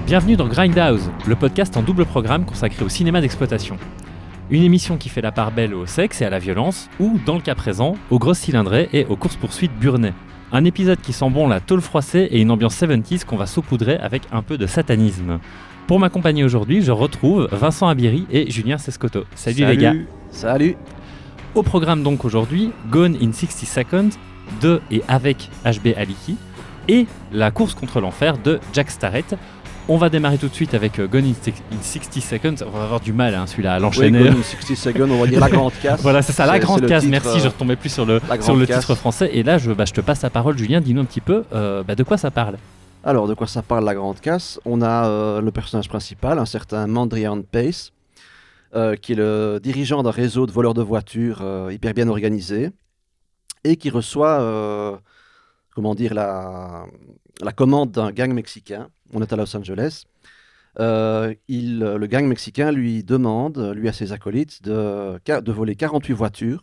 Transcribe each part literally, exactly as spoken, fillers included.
Bienvenue dans Grindhouse, le podcast en double programme consacré au cinéma d'exploitation. Une émission qui fait la part belle au sexe et à la violence, ou, dans le cas présent, aux grosses cylindrées et aux courses-poursuites burnais. Un épisode qui sent bon la tôle froissée et une ambiance soixante-dix qu'on va saupoudrer avec un peu de satanisme. Pour m'accompagner aujourd'hui, je retrouve Vincent Abiri et Julien Sescotto. Salut, Salut les gars. Salut. Au programme donc aujourd'hui, Gone in sixty seconds de et avec H B Aliki et La course contre l'enfer de Jack Starrett. On va démarrer tout de suite avec Gone in sixty seconds. On va avoir du mal hein, celui-là à l'enchaîner. Oui, Gone in sixty seconds, on va dire la grande casse. Voilà, c'est ça, la c'est, grande c'est casse. titre, Merci, je retombais plus sur le, sur le titre français. Et là, je, bah, je te passe la parole, Julien. Dis-nous un petit peu euh, bah, de quoi ça parle. Alors, de quoi ça parle, la grande casse? On a euh, le personnage principal, un certain Mandrian Pace, euh, qui est le dirigeant d'un réseau de voleurs de voitures euh, hyper bien organisé et qui reçoit, euh, comment dire, la, la commande d'un gang mexicain. On est à Los Angeles. Euh, il, le gang mexicain lui demande, lui à ses acolytes, de, de voler quarante-huit voitures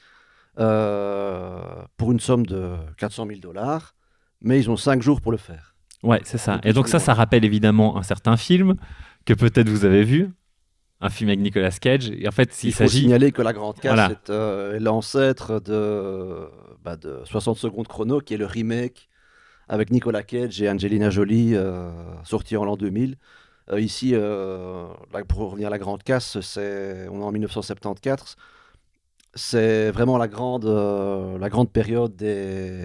euh, pour une somme de quatre cent mille dollars, mais ils ont cinq jours pour le faire. Ouais, c'est ça. Et donc ça, ça rappelle évidemment un certain film que peut-être vous avez vu, un film avec Nicolas Cage. Et en fait, il, il faut s'agit... signaler que La Grande Casse voilà. est euh, l'ancêtre de, bah, de soixante secondes chrono, qui est le remake avec Nicolas Cage et Angelina Jolie, euh, sorti en l'an deux mille. Euh, ici, euh, là, pour revenir à La Grande Casse, c'est, on est en dix-neuf cent soixante-quatorze. C'est vraiment la grande, euh, la grande période des,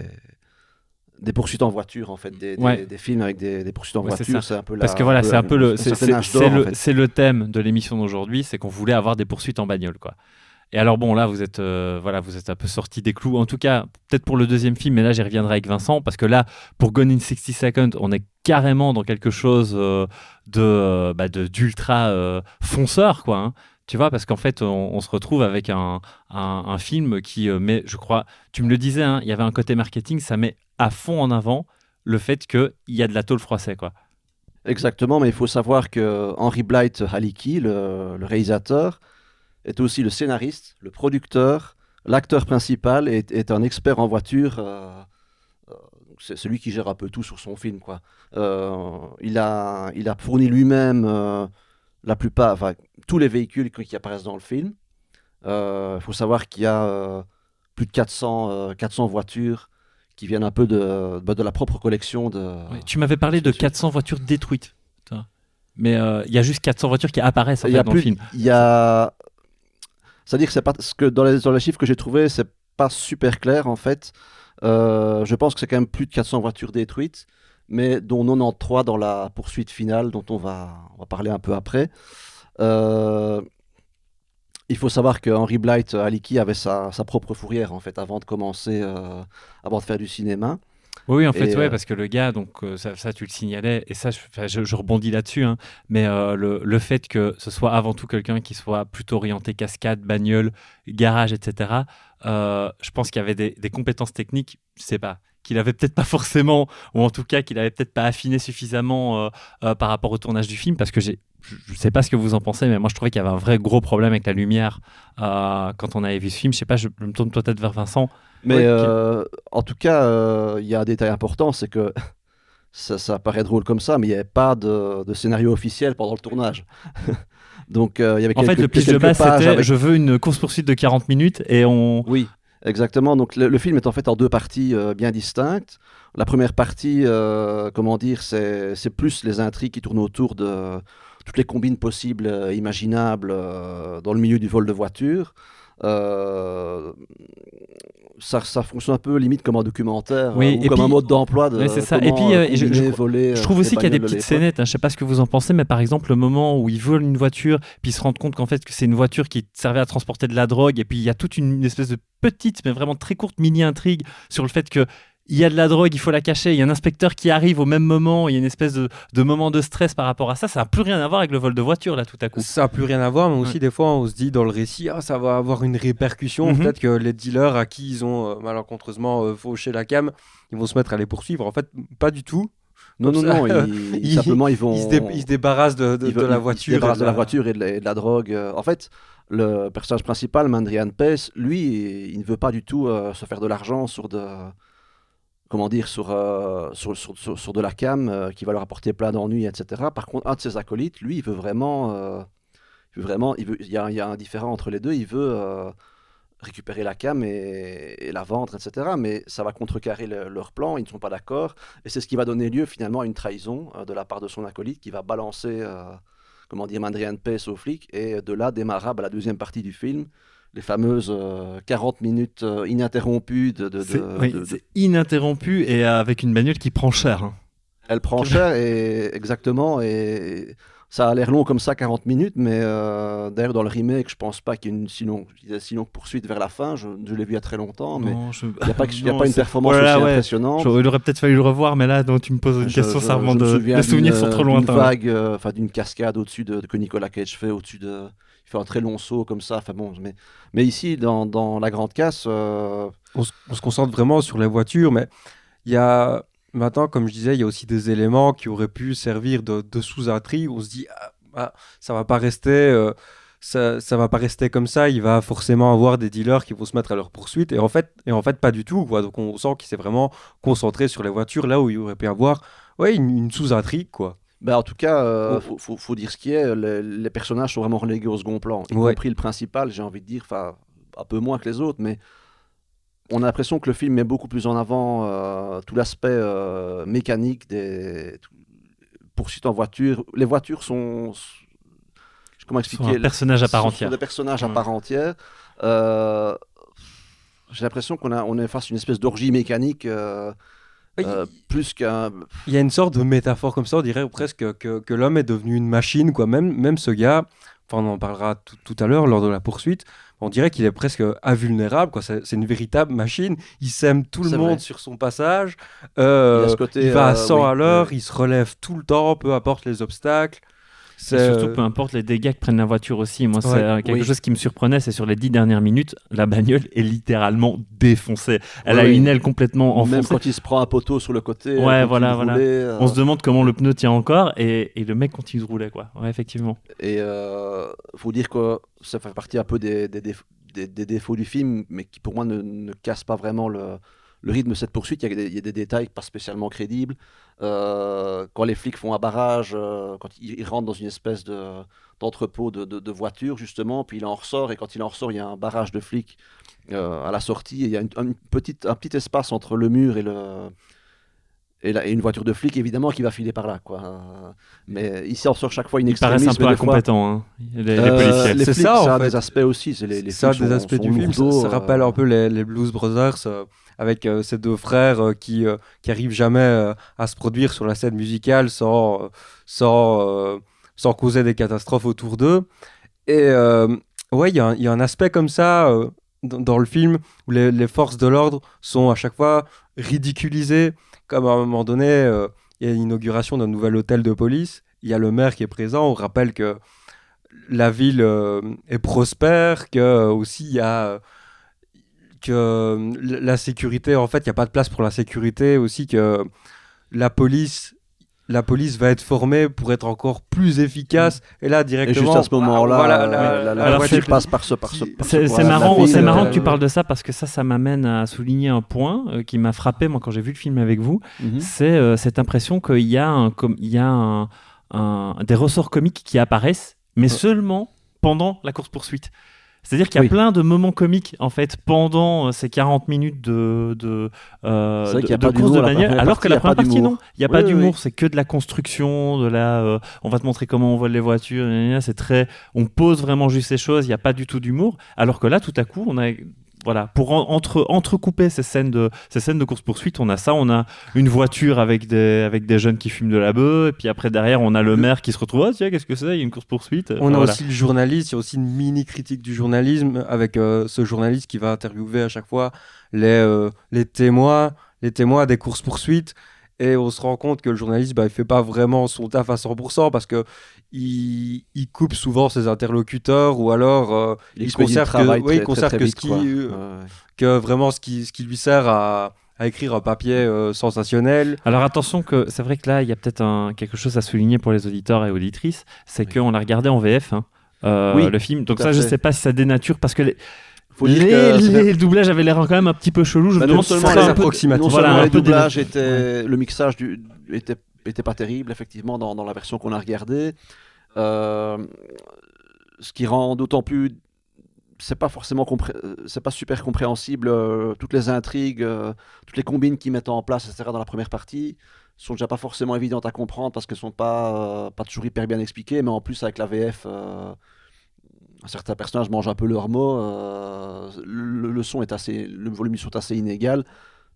des poursuites en voiture, en fait, des, ouais. des, des films avec des, des poursuites en ouais, voiture. C'est, c'est un peu la, Parce que voilà, un peu, c'est un peu le, c'est, c'est, c'est, le, en fait. c'est le thème de l'émission d'aujourd'hui, c'est qu'on voulait avoir des poursuites en bagnole, quoi. Et alors bon, là, vous êtes, euh, voilà, vous êtes un peu sorti des clous. En tout cas, peut-être pour le deuxième film, mais là, j'y reviendrai avec Vincent, parce que là, pour Gone in sixty seconds, on est carrément dans quelque chose euh, de, euh, bah, de, d'ultra euh, fonceur, quoi. Hein. Tu vois, parce qu'en fait, on, on se retrouve avec un, un, un film qui euh, met, je crois, tu me le disais, hein, il y avait un côté marketing, ça met à fond en avant le fait qu'il y a de la tôle froissée, quoi. Exactement, mais il faut savoir que Henry Blythe Halicki, le, le réalisateur, est aussi le scénariste, le producteur, l'acteur principal, est, est un expert en voiture. Euh, euh, c'est celui qui gère un peu tout sur son film, quoi. Euh, il, a, il a fourni lui-même euh, la plupart, enfin, tous les véhicules qui apparaissent dans le film. Il euh, faut savoir qu'il y a euh, plus de quatre cents, euh, quatre cents voitures qui viennent un peu de, de, de la propre collection. De, ouais, tu m'avais parlé de quatre cents voitures détruites. Mais il euh, y a juste quatre cents voitures qui apparaissent en fait, dans plus, le film. Il y a... C'est-à-dire que, c'est pas, ce que dans, les, dans les chiffres que j'ai trouvés, c'est pas super clair en fait. Euh, je pense que c'est quand même plus de quatre cents voitures détruites, mais dont quatre-vingt-treize dans la poursuite finale, dont on va, on va parler un peu après. Euh, il faut savoir que Henry Blythe Halicki avait sa, sa propre fourrière en fait, avant de commencer, euh, avant de faire du cinéma. Oui, en fait, et ouais, euh... parce que le gars, donc euh, ça, ça, tu le signalais, et ça, je, je, je rebondis là-dessus, hein, mais euh, le, le fait que ce soit avant tout quelqu'un qui soit plutôt orienté cascade, bagnole, garage, et cetera, euh, je pense qu'il y avait des, des compétences techniques, je sais pas, qu'il avait peut-être pas forcément, ou en tout cas qu'il avait peut-être pas affiné suffisamment euh, euh, par rapport au tournage du film, parce que j'ai, je sais pas ce que vous en pensez, mais moi je trouvais qu'il y avait un vrai gros problème avec la lumière euh, quand on avait vu ce film. Je sais pas, je, je me tourne peut-être vers Vincent. Mais ouais, euh, qui... en tout cas, il euh, y a un détail important, c'est que ça, ça paraît drôle comme ça, mais il n'y avait pas de, de scénario officiel pendant le tournage. Donc, il euh, y avait en quelques, fait, le pitch de base, c'était avec... je veux une course-poursuite de quarante minutes et on... Oui, exactement. Donc, le, le film est en fait en deux parties euh, bien distinctes. La première partie, euh, comment dire, c'est, c'est plus les intrigues qui tournent autour de toutes les combines possibles, euh, imaginables, euh, dans le milieu du vol de voiture. Euh, ça, ça fonctionne un peu limite comme un documentaire oui, euh, ou comme puis, un mode d'emploi de ouais, c'est ça. comment et puis, euh, combiner, je, je, voler, je trouve aussi qu'il y a des petites de scénettes, hein, je sais pas ce que vous en pensez, mais par exemple le moment où ils volent une voiture puis ils se rendent compte qu'en fait que c'est une voiture qui servait à transporter de la drogue, et puis il y a toute une, une espèce de petite mais vraiment très courte mini intrigue sur le fait que il y a de la drogue, il faut la cacher, il y a un inspecteur qui arrive au même moment, il y a une espèce de, de moment de stress par rapport à ça. Ça n'a plus rien à voir avec le vol de voiture, là, tout à coup. Ça n'a plus rien à voir, mais aussi, ouais. Des fois, on se dit dans le récit, ah, ça va avoir une répercussion. Mm-hmm. Peut-être que les dealers à qui ils ont euh, malencontreusement euh, fauché la cam, ils vont se mettre à les poursuivre. En fait, pas du tout. Non, non, ça, non, ils, ils, simplement, ils vont... Ils se, dé- ils se débarrassent de, de, ils de la voiture. Ils se débarrassent de la, la voiture et de la, et de la drogue. En fait... Le personnage principal, Mandrian Pace, lui, il ne veut pas du tout euh, se faire de l'argent sur de... comment dire, sur, euh, sur, sur, sur, sur de la cam euh, qui va leur apporter plein d'ennuis, et cetera. Par contre, un de ses acolytes, lui, il veut vraiment, euh, il veut vraiment, il veut, il y a, il y a un différent entre les deux. Il veut euh, récupérer la cam et, et la vendre, et cetera. Mais ça va contrecarrer le, leur plan. Ils ne sont pas d'accord, et c'est ce qui va donner lieu finalement à une trahison euh, de la part de son acolyte qui va balancer, euh, comment dire, Mandrian Pace aux flics. Et de là démarra bah, la deuxième partie du film. Les fameuses euh, quarante minutes euh, ininterrompues de... de, C'est, de, oui, de, de... c'est ininterrompu et avec une bagnole qui prend cher. Hein. Elle prend cher, et exactement, et ça a l'air long comme ça, quarante minutes, mais euh, d'ailleurs dans le remake, je pense pas qu'il y ait une si longue, si longue poursuite vers la fin, je, je l'ai vu il y a très longtemps, mais non, je... il n'y a pas, y a non, pas une c'est... performance oh là, aussi ouais. impressionnante. Je, il aurait peut-être fallu le revoir, mais là, donc, tu me poses une Je- question, je- ça remonte je me de... souviens Les souvenirs d'une- sont trop d'une lointains. vague, euh, enfin d'une cascade au-dessus de, de- que Nicolas Cage fait au-dessus de... Il fait un très long saut comme ça, enfin bon, mais, mais ici, dans, dans La Grande Casse... euh, On, se- on se concentre vraiment sur les voitures, mais il y a maintenant, comme je disais, il y a aussi des éléments qui auraient pu servir de, de sous-intrigue. On se dit, ah, ah, ça va pas rester, euh, ça, ça va pas rester comme ça. Il va forcément avoir des dealers qui vont se mettre à leur poursuite. Et en fait, et en fait, pas du tout, quoi. Donc on sent qu'il s'est vraiment concentré sur les voitures, là où il aurait pu avoir, ouais, une, une sous-intrigue, quoi. Ben, en tout cas, il Oh. faut, faut, faut dire ce qui est. Les, les personnages sont vraiment relégués au second plan, y Ouais. compris le principal, j'ai envie de dire, enfin, un peu moins que les autres, mais on a l'impression que le film met beaucoup plus en avant euh, tout l'aspect euh, mécanique des tout- poursuites en voiture. Les voitures sont... Comment Sont expliquer un personnage à part sont- entière. sont des personnages à Ouais. part entière. Euh, j'ai l'impression qu'on a, on est face à une espèce d'orgie mécanique euh, Oui, euh, plus qu'un... Il y a une sorte de métaphore comme ça, on dirait presque que, que l'homme est devenu une machine, quoi. Même, même ce gars, enfin, on en parlera tout, tout à l'heure lors de la poursuite, on dirait qu'il est presque invulnérable, quoi. C'est, c'est une véritable machine. Il sème tout le C'est monde vrai. sur son passage. Euh, Il y a ce côté, il va à euh, cent oui, à l'heure, oui. il se relève tout le temps, peu importe les obstacles. Et C'est surtout, peu importe les dégâts que prennent la voiture aussi. Moi, c'est Ouais, euh, quelque oui. chose qui me surprenait, c'est sur les dix dernières minutes, la bagnole est littéralement défoncée. Elle a Oui, une oui. aile complètement Même enfoncée. quand il se prend un poteau sur le côté, Ouais, euh, voilà, continue de voilà. rouler, euh, On se demande comment le pneu tient encore et, et le mec continue de rouler, quoi. Ouais, effectivement. Et euh, faut dire que ça fait partie un peu des, des, déf- des- des défauts du film, mais qui pour moi ne, ne cassent pas vraiment le, le rythme de cette poursuite. Il y a des, il y a des détails pas spécialement crédibles. Euh, quand les flics font un barrage, euh, quand ils, ils rentrent dans une espèce de, d'entrepôt de, de, de voitures, justement, puis il en ressort, et quand il en ressort, il y a un barrage de flics euh, à la sortie, et il y a une, une petite, un petit espace entre le mur et le... Et, la- et une voiture de flic, évidemment, qui va filer par là, quoi. Euh, Mais ici, on sort chaque fois une Ils paraissent un extrémisme. peu des fois- incompétents, hein, les, les Euh, policiers. les C'est flics, ça, en c'est un fait. des aspects aussi. C'est les, les ça, flics des sont- aspects sont du film. Ça, lourdeaux, ça euh, rappelle un peu les, les Blues Brothers euh, avec euh, ces deux frères euh, qui, euh, qui arrivent jamais euh, à se produire sur la scène musicale sans, euh, sans, euh, sans causer des catastrophes autour d'eux. Et euh, ouais, il y, a un- il y a un aspect comme ça euh, dans, dans le film où les, les forces de l'ordre sont à chaque fois ridiculisées. Comme à un moment donné, euh, il y a l'inauguration d'un nouvel hôtel de police. Il y a le maire qui est présent. On rappelle que la ville euh, est prospère, que euh, aussi il y a euh, que euh, la sécurité, en fait, il n'y a pas de place pour la sécurité aussi, que la police, la police va être formée pour être encore plus efficace. Et là, Et directement, juste à ce moment-là, voilà, euh, la- la, la alors, voiture c'est- passe par ce, par ce, par ce C'est, coin c'est de la marrant, ville, c'est marrant euh, que tu parles de ça parce que ça, ça m'amène à souligner un point euh, qui m'a frappé moi quand j'ai vu le film avec vous. mhm. C'est euh, cette impression qu'il y a, un, com- il y a un- un- des ressorts comiques qui apparaissent, mais seulement pendant la course-poursuite. C'est-à-dire qu'il y a Oui. plein de moments comiques en fait pendant euh, ces quarante minutes de, de, euh, C'est vrai de, qu'il y a de pas course d'humour, de la bagnole, première alors partie, que il la y a première pas partie d'humour. non, il n'y a Oui, pas oui, d'humour, oui. c'est que de la construction, de la, euh, on va te montrer comment on vole les voitures, gna, gna, gna, c'est très, on pose vraiment juste ces choses, il n'y a pas du tout d'humour, alors que là tout à coup on a voilà, pour en- entre, entrecouper ces scènes de, ces scènes de course-poursuite, on a ça, on a une voiture avec des, avec des jeunes qui fument de la bœuf, et puis après derrière, on a le maire qui se retrouve, ah tiens, qu'est-ce que c'est, il y a une course-poursuite. on Enfin, a voilà. aussi le journaliste, il y a aussi une mini critique du journalisme avec euh, ce journaliste qui va interviewer à chaque fois les, euh, les témoins, les témoins des courses-poursuites. Et on se rend compte que le journaliste, bah, il fait pas vraiment son taf à cent pour cent parce que il, il coupe souvent ses interlocuteurs ou alors euh, Il il expédie le conserve que, travail ouais, il très, conserve très, que très ce vite, qui, quoi. euh, Ouais, ouais. que vraiment ce qui, ce qui lui sert à, à écrire un papier euh, sensationnel. Alors attention que c'est vrai que là, il y a peut-être un, quelque chose à souligner pour les auditeurs et auditrices, c'est Oui. qu'on l'a regardé en V F, hein, euh, Oui, le film. Donc tout à ça, je fait. sais pas si ça dénature parce que les, Faut dire les, que c'est- les doublages avaient l'air quand même un petit peu chelou. Je me Bah, non demande si seulement c'est les un peu- approximatifs. non voilà, seulement un les peu des- doublages étaient, le mixage du, était, était pas terrible, effectivement, dans, dans la version qu'on a regardée. Euh, ce qui rend d'autant plus. C'est pas forcément compré- euh, c'est pas super compréhensible. euh, toutes les intrigues, euh, toutes les combines qu'ils mettent en place, et cetera, dans la première partie, sont déjà pas forcément évidentes à comprendre parce qu'elles sont pas, euh, pas toujours hyper bien expliquées. Mais en plus, avec la V F. euh, Certains personnages mangent un peu leurs mots. euh, le, le son est assez, le volume du son est assez inégal.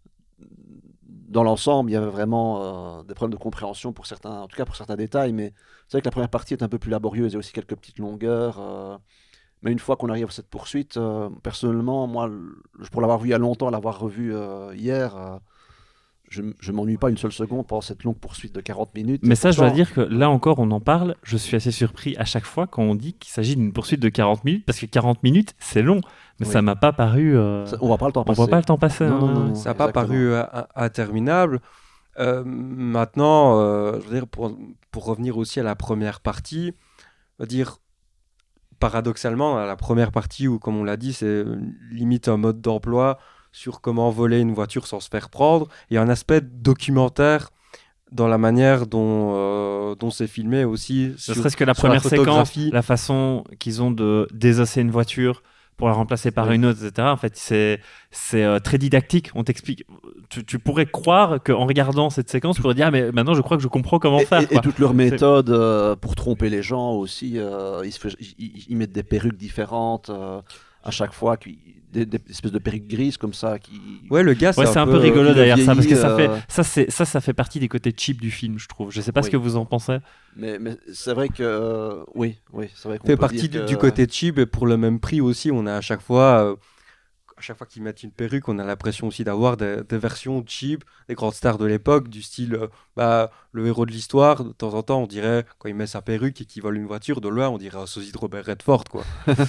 Dans l'ensemble, il y avait vraiment euh, des problèmes de compréhension pour certains, en tout cas pour certains détails. Mais c'est vrai que la première partie est un peu plus laborieuse. Il y a aussi quelques petites longueurs. euh, mais une fois qu'on arrive à cette poursuite, euh, personnellement, moi, le- pour l'avoir vu il y a longtemps, l'avoir revu euh, hier, euh, je, je m'ennuie pas une seule seconde pendant cette longue poursuite de quarante minutes. Mais Et ça, je dois pourtant- dire que là encore, on en parle. Je suis assez surpris à chaque fois quand on dit qu'il s'agit d'une poursuite de quarante minutes, parce que quarante minutes, c'est long. Mais Oui. ça m'a pas paru. euh, ça- on va pas le temps On passer. voit pas le temps passer. Non, hein. non, non, non. Ça n'a pas Exactement. paru euh, in- interminable. Euh, maintenant, euh, je veux dire, pour, pour revenir aussi à la première partie, je veux dire, paradoxalement, à la première partie où, comme on l'a dit, c'est euh, limite un mode d'emploi sur comment voler une voiture sans se faire prendre, il y a un aspect documentaire dans la manière dont, euh, dont c'est filmé aussi. Ne sur- serait-ce que la sur la première séquence, photographie. la façon qu'ils ont de désosser une voiture pour la remplacer par Oui. une autre, et cetera. En fait, c'est c'est euh, très didactique. On t'explique. Tu, tu pourrais croire qu'en regardant cette séquence, tu pourrais dire ah, mais maintenant je crois que je comprends comment Et, faire. et- et quoi. toutes leurs méthodes euh, pour tromper les gens aussi, euh, ils, se fait- ils- ils- ils mettent des perruques différentes euh, à chaque fois, qui, des, des espèces de perruques grises comme ça. Qui... Ouais, le gars, Ouais, c'est un peu euh, rigolo qui le d'ailleurs ça, parce que vieillit, ça fait euh, ça c'est ça ça fait partie des côtés cheap du film, je trouve. Je sais pas ce Oui. que vous en pensez. Mais, mais c'est vrai que euh, oui, oui, c'est vrai qu'on fait peut partie dire du, que- du côté cheap et pour le même prix aussi, on a à chaque fois, euh, à chaque fois qu'ils mettent une perruque, on a l'impression aussi d'avoir des, des versions cheap, des grandes stars de l'époque, du style, euh, bah, le héros de l'histoire, de temps en temps, on dirait, quand il met sa perruque et qu'il vole une voiture, de loin, on dirait un sosie de Robert Redford, quoi.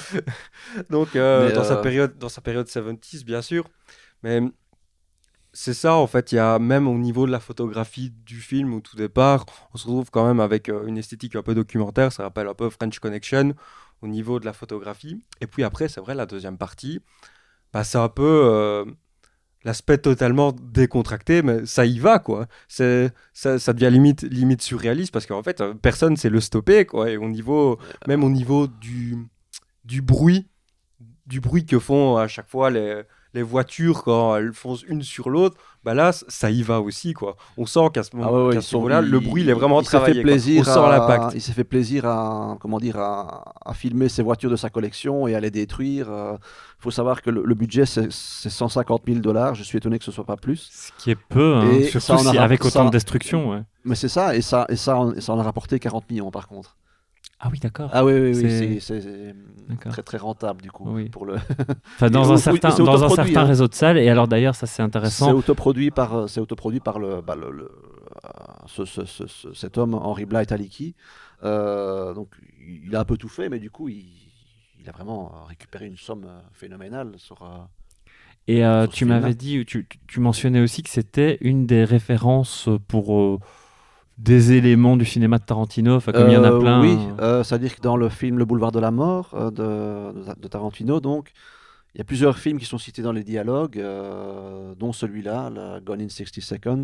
Donc, euh, Mais, dans, sa euh, période, dans sa période soixante-dix, bien sûr, mais c'est ça, en fait, il y a même au niveau de la photographie du film, au tout départ, on se retrouve quand même avec euh, une esthétique un peu documentaire, ça rappelle un peu French Connection au niveau de la photographie. Et puis après, c'est vrai, la deuxième partie, bah, c'est un peu euh, l'aspect totalement décontracté, mais ça y va, quoi. C'est, ça, ça devient limite, limite surréaliste, parce qu'en fait, euh, personne ne sait le stopper, quoi. Et au niveau, même au niveau du, du bruit, du bruit que font à chaque fois les, les voitures quand elles foncent une sur l'autre, bah là, c- ça y va aussi, quoi. On sent qu'à ce, moment, Ah ouais, ouais, qu'à ils ce sont- niveau-là, le il- bruit, il est vraiment il s'est travaillé, fait quoi. plaisir On sent à- l'impact. Il s'est fait plaisir à, comment dire, à, à filmer ses voitures de sa collection et à les détruire. Il faut savoir que le, le budget, c'est c'est cent cinquante mille dollars. Je suis étonné que ce soit pas plus. Ce qui est peu, hein, Et surtout ça en a si- rap- avec autant ça- de destruction. Ouais. Mais c'est ça, et ça, et ça, en- et ça en a rapporté quarante millions par contre. Ah oui, d'accord. Ah oui, oui, oui, C'est- c'est- c'est c'est D'accord. très très rentable du coup. Oui. Pour le... Enfin, dans Oui, un oui, certain, c'est dans un autoproduit, certain hein. réseau de salles. Et alors d'ailleurs, ça c'est C'est intéressant. autoproduit par, euh, c'est autoproduit par le, bah, le, le- euh, ce- ce- ce- ce- cet homme, Henry Blight Aliki. Euh, donc il a un peu tout fait, mais du coup, il, il a vraiment euh, récupéré une somme euh, phénoménale sur. euh, Et euh, sur ce tu film-là. m'avais dit, tu, tu- tu mentionnais aussi que c'était une des références pour euh, des éléments du cinéma de Tarantino. Enfin, comme il y en a Euh, plein. Oui, euh, euh, c'est-à-dire que dans le film Le Boulevard de la Mort euh, de, de- de Tarantino, donc, il y a plusieurs films qui sont cités dans les dialogues, euh, dont celui-là, la Gone in sixty seconds.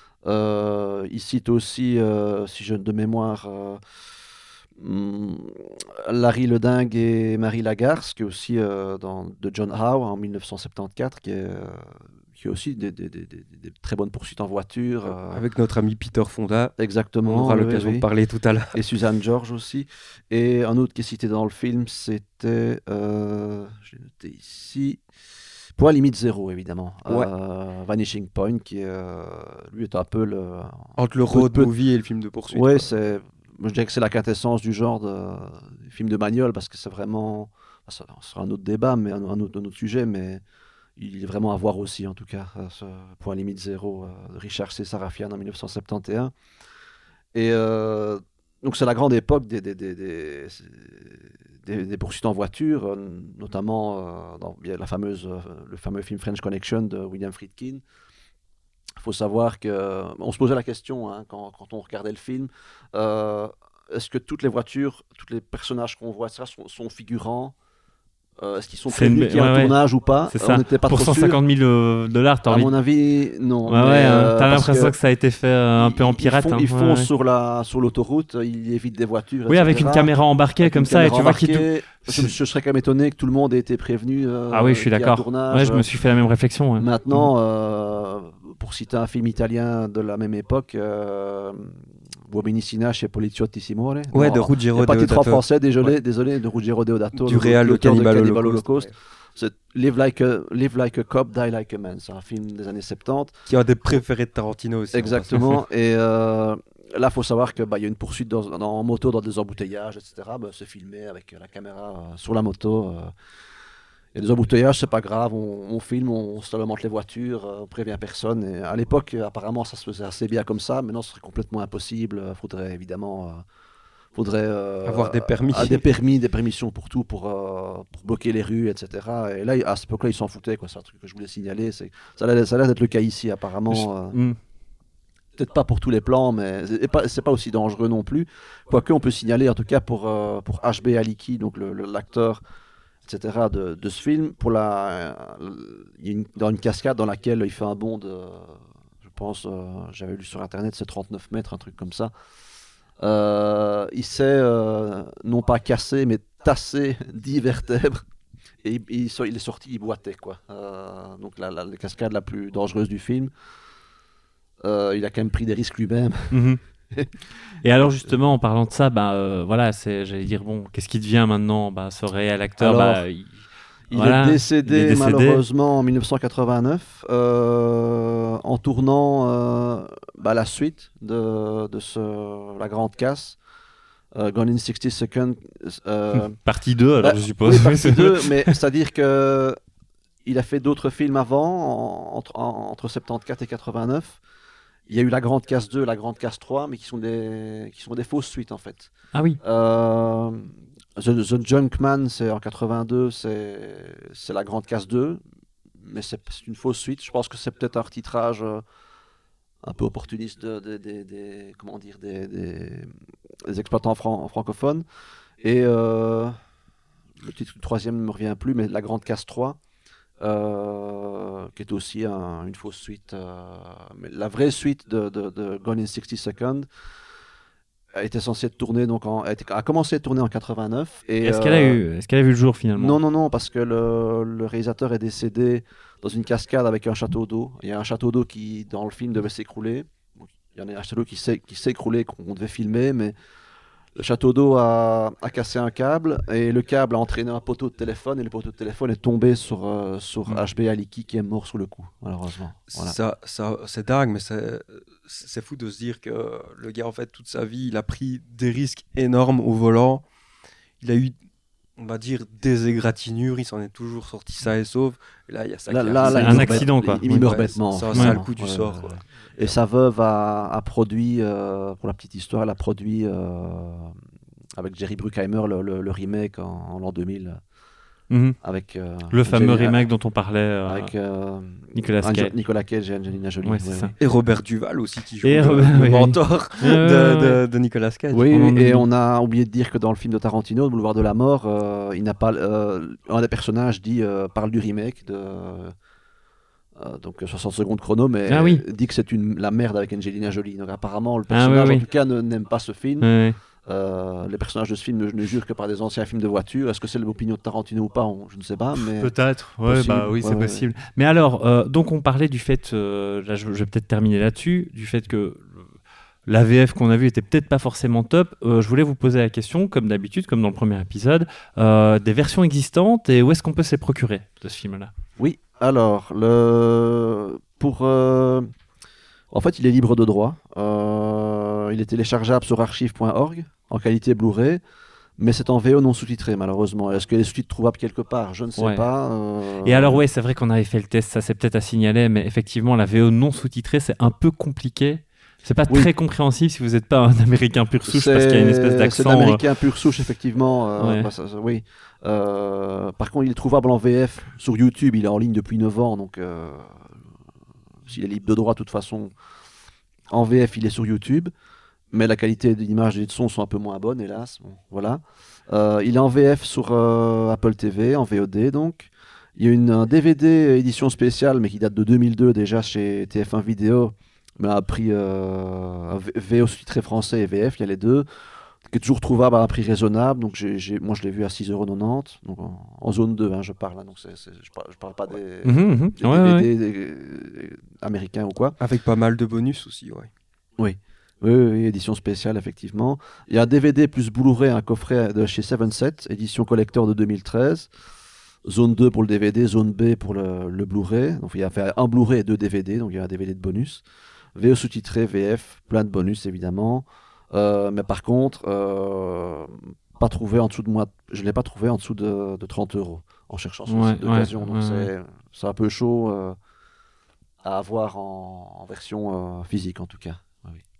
Euh, il cite aussi, euh, si je de mémoire, euh, hum, Larry le Dingue et Marie Lagarce, qui est aussi euh, dans, de John Howe en mille neuf cent soixante-quatorze, qui est, euh, qui est aussi des, des- des- des- des très bonnes poursuites en voiture. euh, Avec notre ami Peter Fonda, Exactement. on aura oui, l'occasion oui. de parler tout à l'heure. Et Suzanne George aussi. Et un autre qui est cité dans le film, c'était. Euh, je l'ai noté ici. Point limite zéro, évidemment. Ouais. Euh, Vanishing Point, qui euh, lui est un peu le. Entre le Peu- road peu- movie et le film de poursuite. Ouais, quoi. c'est. Moi, je dirais que c'est la quintessence du genre de film de bagnole, parce que c'est vraiment. Ça sera un autre débat, mais un, un autre, un autre sujet, mais il est vraiment à voir aussi, en tout cas, euh, ce Point limite zéro euh, de Richard C. Sarafian en mille neuf cent soixante et onze. Et euh, donc, c'est la grande époque des, des, des, des, des- des poursuites en voiture, euh, notamment euh, dans il y a la fameuse, euh, le fameux film French Connection de William Friedkin. Il faut savoir que. On se posait la question hein, quand, quand on regardait le film euh, est-ce que toutes les voitures, tous les personnages qu'on voit, et cetera, sont, sont figurants Euh, est-ce qu'ils sont C'est une- prévenus qu'il y a ouais, un ouais. tournage ou pas? C'est On ça. n'était pas Pour trop cent sûr. cinquante mille euh, dollars, t'as À envie. mon avis, non. Ouais, mais, ouais, hein. euh, T'as parce l'impression que que ça a été fait euh, un peu en ils- pirate. Ils, font, hein. ils Ouais, foncent ouais. sur la sur l'autoroute, ils évitent des voitures. Oui, et avec cetera. une caméra embarquée Avec comme une ça, et caméra tu vois qu'il. embarquée. Je, je serais quand même étonné que tout le monde ait été prévenu. euh, Ah oui, je suis qu'il y a un d'accord. tournage. Ouais, je me suis fait la même réflexion. ouais. Maintenant, euh, pour citer un film italien de la même époque, euh, Uomini si nasce Poliziotti si muore. Ouais, Non, de il Ruggiero n'y a pas de titre en Deodato. français, désolé, Ouais. désolé, de Ruggiero Deodato, Du le- réal de l'auteur de Cannibal Cannibal Holocaust. Holocaust. C'est Live like, a, Live like a Cop, Die like a Man. C'est un film des années soixante-dix. Qui est un des préférés de Tarantino aussi. en Exactement. Et euh, là, il faut savoir qu'il bah, y a une poursuite dans, dans- en moto dans des embouteillages, et cetera. Bah, c'est filmé avec la caméra euh, sur la moto. euh. Il y a des embouteillages, c'est pas grave, on, on filme, on seulemente les voitures, euh, on prévient personne. Et à l'époque, euh, apparemment, ça se faisait assez bien comme ça. Maintenant, ce serait complètement impossible. Il faudrait évidemment. euh, faudrait euh, Avoir des permis. ah, des permis, des permissions pour tout, pour, euh, pour bloquer les rues, et cetera. Et là, à cette époque-là, ils s'en foutaient. Quoi. C'est un truc que je voulais signaler. C'est, ça a l'air ça a l'air d'être le cas ici, apparemment. euh, Mm. Peut-être pas pour tous les plans, mais c'est pas, c'est pas aussi dangereux non plus. Quoique, on peut signaler, en tout cas, pour, euh, pour H B Aliki, donc le, le- l'acteur, et cetera, de, de ce film, pour la, euh, il y a une, dans une cascade dans laquelle il fait un bond de, je pense, euh, j'avais lu sur Internet, c'est trente-neuf mètres, un truc comme ça. Euh, il s'est, euh, non pas cassé, mais tassé dix vertèbres. Et il, il so- il est sorti, il boitait, quoi. Euh, donc la, la, la cascade la plus dangereuse du film. Euh, il a quand même pris des risques lui-même. Mhm. Et alors justement, en parlant de ça, bah euh, voilà, c'est, j'allais dire bon, qu'est-ce qui devient maintenant, bah ce réel acteur, Alors, bah il, Il, voilà, est décédé, il est décédé. malheureusement en dix-neuf cent quatre-vingt-neuf euh, en tournant euh, bah, la suite de, de ce, la grande casse, euh, Gone in sixty seconds. euh, partie deux, alors bah, je suppose. oui, partie deux, mais c'est-à-dire que il a fait d'autres films avant, en- entre, en- entre soixante-quatorze et quatre-vingt-neuf. Il y a eu la Grande Casse deux, la Grande Casse trois, mais qui sont des, qui sont des fausses suites en fait. Ah oui. Euh, The, The Junkman, c'est en quatre-vingt-deux, c'est, c'est la Grande Casse deux, mais c'est, c'est une fausse suite. Je pense que c'est peut-être un retitrage euh, un peu opportuniste de, de- de- des- comment dire, des, des- des exploitants fran- francophones. Et euh, le titre du troisième ne me revient plus, mais la Grande Casse trois. Euh, qui est aussi un- une fausse suite. euh, mais la vraie suite de, de, de Gone in sixty seconds a été censée être tournée, donc en, a, été- a commencé à être tournée en quatre-vingt-neuf. Et, Est-ce qu'elle a euh, eu, est-ce qu'elle a vu le jour finalement? Non, non, non, parce que le, le réalisateur est décédé dans une cascade avec un château d'eau. Il y a un château d'eau qui, dans le film, devait s'écrouler. Il y en a un château d'eau qui s'est, qui s'est écroulé, qu'on devait filmer, mais le château d'eau a, a cassé un câble et le câble a entraîné un poteau de téléphone et le poteau de téléphone est tombé sur, euh, sur Mm. H B Aliki qui est mort sous le coup, malheureusement. Voilà. Ça, ça, c'est dingue, mais c'est, c'est fou de se dire que le gars, en fait, toute sa vie, il a pris des risques énormes au volant. Il a eu, on va dire, des égratignures. Il s'en est toujours sorti sain et sauf. Et là, il y a ça Là, qui là, arrive. là, C'est il un meurt accident, bête- quoi. Il, il Ouais, meurt ouais, bêtement. c'est un vraiment. sale coup du Ouais, sort, ouais, quoi. ouais. Et sa veuve a, a produit, euh, pour la petite histoire, elle a produit euh, avec Jerry Bruckheimer le, le- le remake en, en l'an deux mille. Mhm. Avec, euh, Le fameux Angelina- remake dont on parlait. euh, Avec euh, Nicolas Ange- Cage. Nicolas Cage et Angelina Jolie. Ouais, c'est oui, ça. oui. Et Robert Duval aussi, qui joue Et le, Robert- le oui, oui. mentor Ouais, ouais, de, ouais. de- de Nicolas Cage. Oui, On en et oublie. on a oublié de dire que dans le film de Tarantino, Le Boulevard de la Mort, euh, il n'a pas, euh, un des personnages dit, euh, parle du remake de euh, donc soixante secondes chrono, mais Ah oui. dit que c'est une, la merde avec Angelina Jolie. Donc apparemment, le Ah, personnage, oui, oui. en tout cas, ne- n'aime pas ce film. Ouais, ouais. Euh, les personnages de ce film ne, ne jurent que par des anciens films de voiture. Est-ce que c'est l'opinion de Tarantino ou pas? on- Je ne sais pas, mais Peut-être, ouais, Possible, bah oui, ouais, c'est ouais, possible. Mais alors, euh, donc on parlait du fait, euh, là je, je vais peut-être terminer là-dessus, du fait que la V F qu'on a vue était peut-être pas forcément top. Euh, je voulais vous poser la question, comme d'habitude, comme dans le premier épisode, euh, des versions existantes et où est-ce qu'on peut se les procurer de ce film-là? oui. Alors, le... pour, euh, en fait, il est libre de droit. Euh, il est téléchargeable sur archive point org en qualité Blu-ray, mais c'est en V O non sous-titré, malheureusement. Est-ce que les sous-titres trouvables quelque part? Je ne sais Ouais. pas. euh, Et alors, ouais, c'est vrai qu'on avait fait le test, ça c'est peut-être à signaler, mais effectivement, la V O non sous-titrée, c'est un peu compliqué. C'est pas Oui. très compréhensible si vous n'êtes pas un américain pur souche parce qu'il y a une espèce C'est d'accent. de l'américain pur souche, effectivement. euh, Ouais. bah, ça- ça- oui. Euh, par contre, il est trouvable en V F sur YouTube. Il est en ligne depuis neuf ans, donc euh, s'il est libre de droit, de toute façon, en V F, il est sur YouTube. mais la qualité d'image et de son sont un peu moins bonnes, hélas. Bon, voilà. Euh, il est en V F sur euh, Apple T V, en V O D donc. Il y a une un D V D édition spéciale, mais qui date de deux mille deux déjà chez T F un Vidéo, mais à un prix euh, V- VO sous-titré français et V F, il y a les deux, qui est toujours trouvable à un prix raisonnable. Donc j'ai, j'ai- moi je l'ai vu à six euros quatre-vingt-dix, donc en, en zone deux, hein, je parle. Hein, donc c'est, c'est- je, parle je parle pas des, Mhm, mhm. des Ouais, ouais. D V D euh, américains ou quoi. Avec pas mal de bonus aussi, ouais. Oui. Oui, oui, oui, édition spéciale, effectivement. Il y a un D V D plus Blu-ray, un coffret de chez Seven Set, édition collector de deux mille treize. Zone deux pour le D V D, zone B pour le, le Blu-ray. Donc il y a fait un Blu-ray et deux D V D, donc il y a un D V D de bonus. V O sous-titré, V F, plein de bonus évidemment. Euh, mais par contre, euh, pas trouvé en dessous de moi, je ne l'ai pas trouvé en dessous de, de trente euros en cherchant sur le Ouais, site d'occasion. ouais, donc ouais, c'est, c'est un peu chaud euh, à avoir en, en version euh, physique en tout cas. Ouais, oui.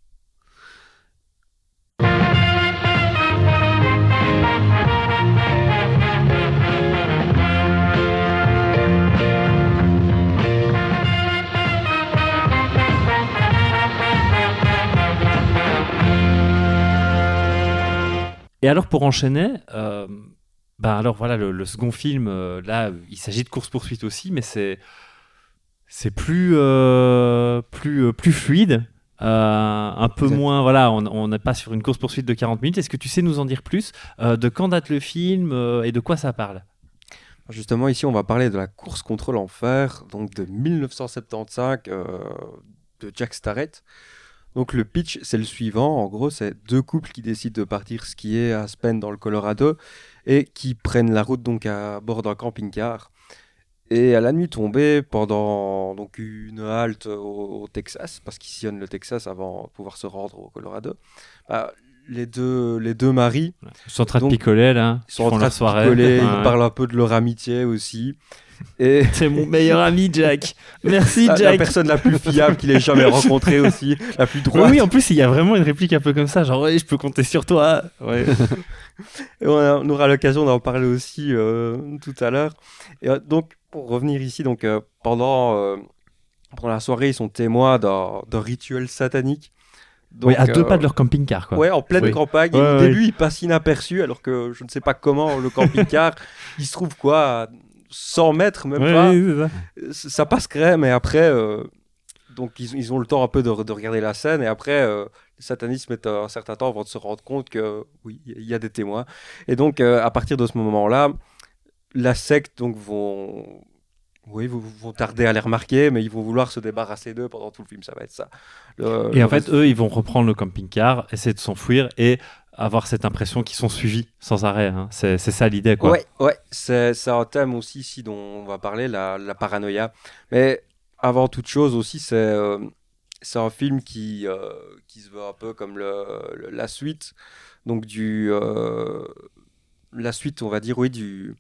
Et alors pour enchaîner, euh, ben alors voilà le, le second film, euh, là il s'agit de course poursuite aussi, mais c'est c'est plus euh, plus euh, plus fluide, euh, un peu Exact. moins voilà, on on n'est pas sur une course poursuite de quarante minutes. Est-ce que tu sais nous en dire plus, euh, de quand date le film euh, et de quoi ça parle? Justement, ici, on va parler de la course contre l'enfer, donc de mille neuf cent soixante-quinze, euh, de Jack Starrett. Donc le pitch, c'est le suivant. En gros, c'est deux couples qui décident de partir skier à Aspen dans le Colorado et qui prennent la route donc à bord d'un camping-car. Et à la nuit tombée, pendant donc une halte au, au Texas, parce qu'ils sillonnent le Texas avant de pouvoir se rendre au Colorado, bah, les deux les deux maris Ils sont en train de Donc, picoler là, ils sont ils en font train leur de soirée. picoler, Ouais, ils ouais. parlent un peu de leur amitié aussi. Et C'est mon meilleur ami Jack. Merci la, la Jack. personne la plus fiable qu'il ait jamais rencontrée aussi, la plus Oui, droite. oui, en plus il y a vraiment une réplique un peu comme ça, genre ouais, je peux compter sur toi. Ouais. Et on, a- on aura l'occasion d'en parler aussi euh, tout à l'heure. Et euh, donc, pour revenir ici, donc, euh, pendant, euh, pendant la soirée, ils sont témoins d'un d'un rituel satanique. Donc, Oui, à deux euh, pas de leur camping-car quoi. Ouais, en pleine Oui. campagne. Et Ouais, au ouais. début, il passe inaperçu, alors que je ne sais pas comment le camping-car, il se trouve quoi, à cent mètres, même Ouais, pas. ouais, c'est ça. C- Ça passe crème, et après, euh, donc ils, ils ont le temps un peu de, de regarder la scène, et après, euh, les satanistes mettent un certain temps avant de se rendre compte que oui, il y a des témoins. Et donc, euh, à partir de ce moment-là, la secte donc vont. Oui, vont, vont tarder à les remarquer, mais ils vont vouloir se débarrasser d'eux pendant tout le film, ça va être ça. Le- Et le en fait, reste- eux, ils vont reprendre le camping-car, essayer de s'enfuir et avoir cette impression qu'ils sont suivis sans arrêt. Hein. C'est, c'est ça l'idée, quoi. Ouais, ouais, c'est, c'est un thème aussi ici dont on va parler, la, la paranoïa. Mais avant toute chose aussi, c'est, euh, c'est un film qui, euh, qui se veut un peu comme le, le- la suite, donc du, euh, la suite, on va dire, oui, du,